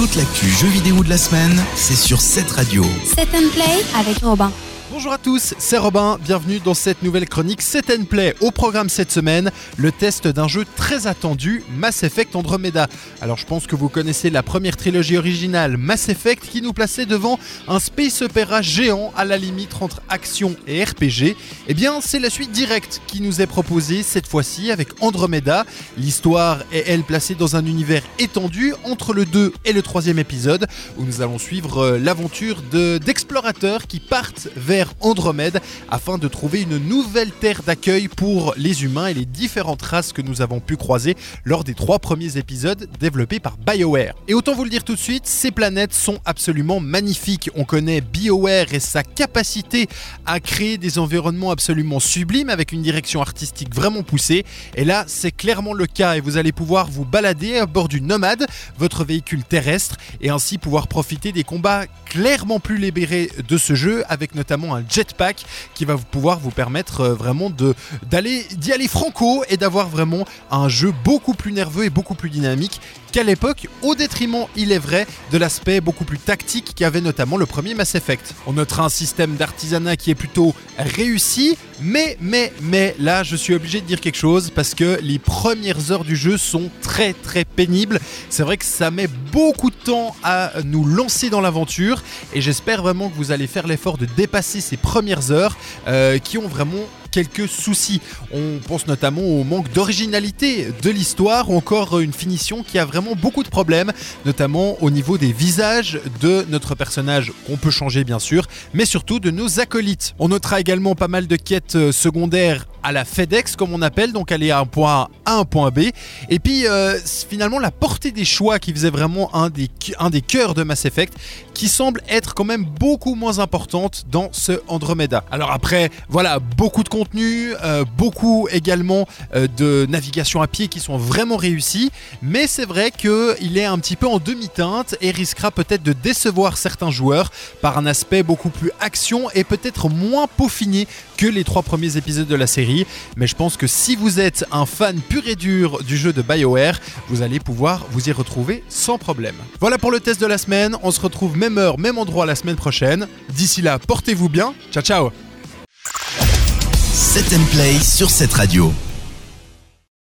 Toute l'actu jeux vidéo de la semaine, c'est sur cette radio. Set & Play avec Robin. Bonjour à tous, c'est Robin, bienvenue dans cette nouvelle chronique Set & Play. Au programme cette semaine, le test d'un jeu très attendu, Mass Effect Andromeda. Alors je pense que vous connaissez la première trilogie originale, Mass Effect, qui nous plaçait devant un space opéra géant à la limite entre action et RPG. Eh bien c'est la suite directe qui nous est proposée cette fois-ci avec Andromeda. L'histoire est elle placée dans un univers étendu entre le 2 et le 3e épisode, où nous allons suivre l'aventure d'explorateurs qui partent vers Andromède afin de trouver une nouvelle terre d'accueil pour les humains et les différentes races que nous avons pu croiser lors des 3 premiers épisodes développés par BioWare. Et autant vous le dire tout de suite, ces planètes sont absolument magnifiques. On connaît BioWare et sa capacité à créer des environnements absolument sublimes avec une direction artistique vraiment poussée. Et là, c'est clairement le cas et vous allez pouvoir vous balader à bord du Nomade, votre véhicule terrestre, et ainsi pouvoir profiter des combats clairement plus libérés de ce jeu avec notamment un jetpack qui va pouvoir vous permettre vraiment d'y aller franco et d'avoir vraiment un jeu beaucoup plus nerveux et beaucoup plus dynamique qu'à l'époque, au détriment, il est vrai, de l'aspect beaucoup plus tactique qu'avait notamment le premier Mass Effect. On notera un système d'artisanat qui est plutôt réussi, mais là je suis obligé de dire quelque chose parce que les premières heures du jeu sont très pénibles. C'est vrai que ça met beaucoup de temps à nous lancer dans l'aventure et j'espère vraiment que vous allez faire l'effort de dépasser ces premières heures qui ont vraiment quelques soucis. On pense notamment au manque d'originalité de l'histoire ou encore une finition qui a vraiment beaucoup de problèmes, notamment au niveau des visages de notre personnage qu'on peut changer bien sûr, mais surtout de nos acolytes. On notera également pas mal de quêtes secondaires à la FedEx comme on appelle, donc aller à un point A à un point B. Et puis finalement la portée des choix qui faisait vraiment un des cœurs de Mass Effect qui semble être quand même beaucoup moins importante dans ce Andromeda. Alors après, voilà, beaucoup de contenu, beaucoup également de navigation à pied qui sont vraiment réussis, mais c'est vrai qu'il est un petit peu en demi-teinte et risquera peut-être de décevoir certains joueurs par un aspect beaucoup plus action et peut-être moins peaufiné que les 3 premiers épisodes de la série. Mais je pense que si vous êtes un fan pur et dur du jeu de BioWare, vous allez pouvoir vous y retrouver sans problème. Voilà pour le test de la semaine, on se retrouve même heure, même endroit la semaine prochaine. D'ici là, portez-vous bien, ciao ciao. Set & Play sur cette radio.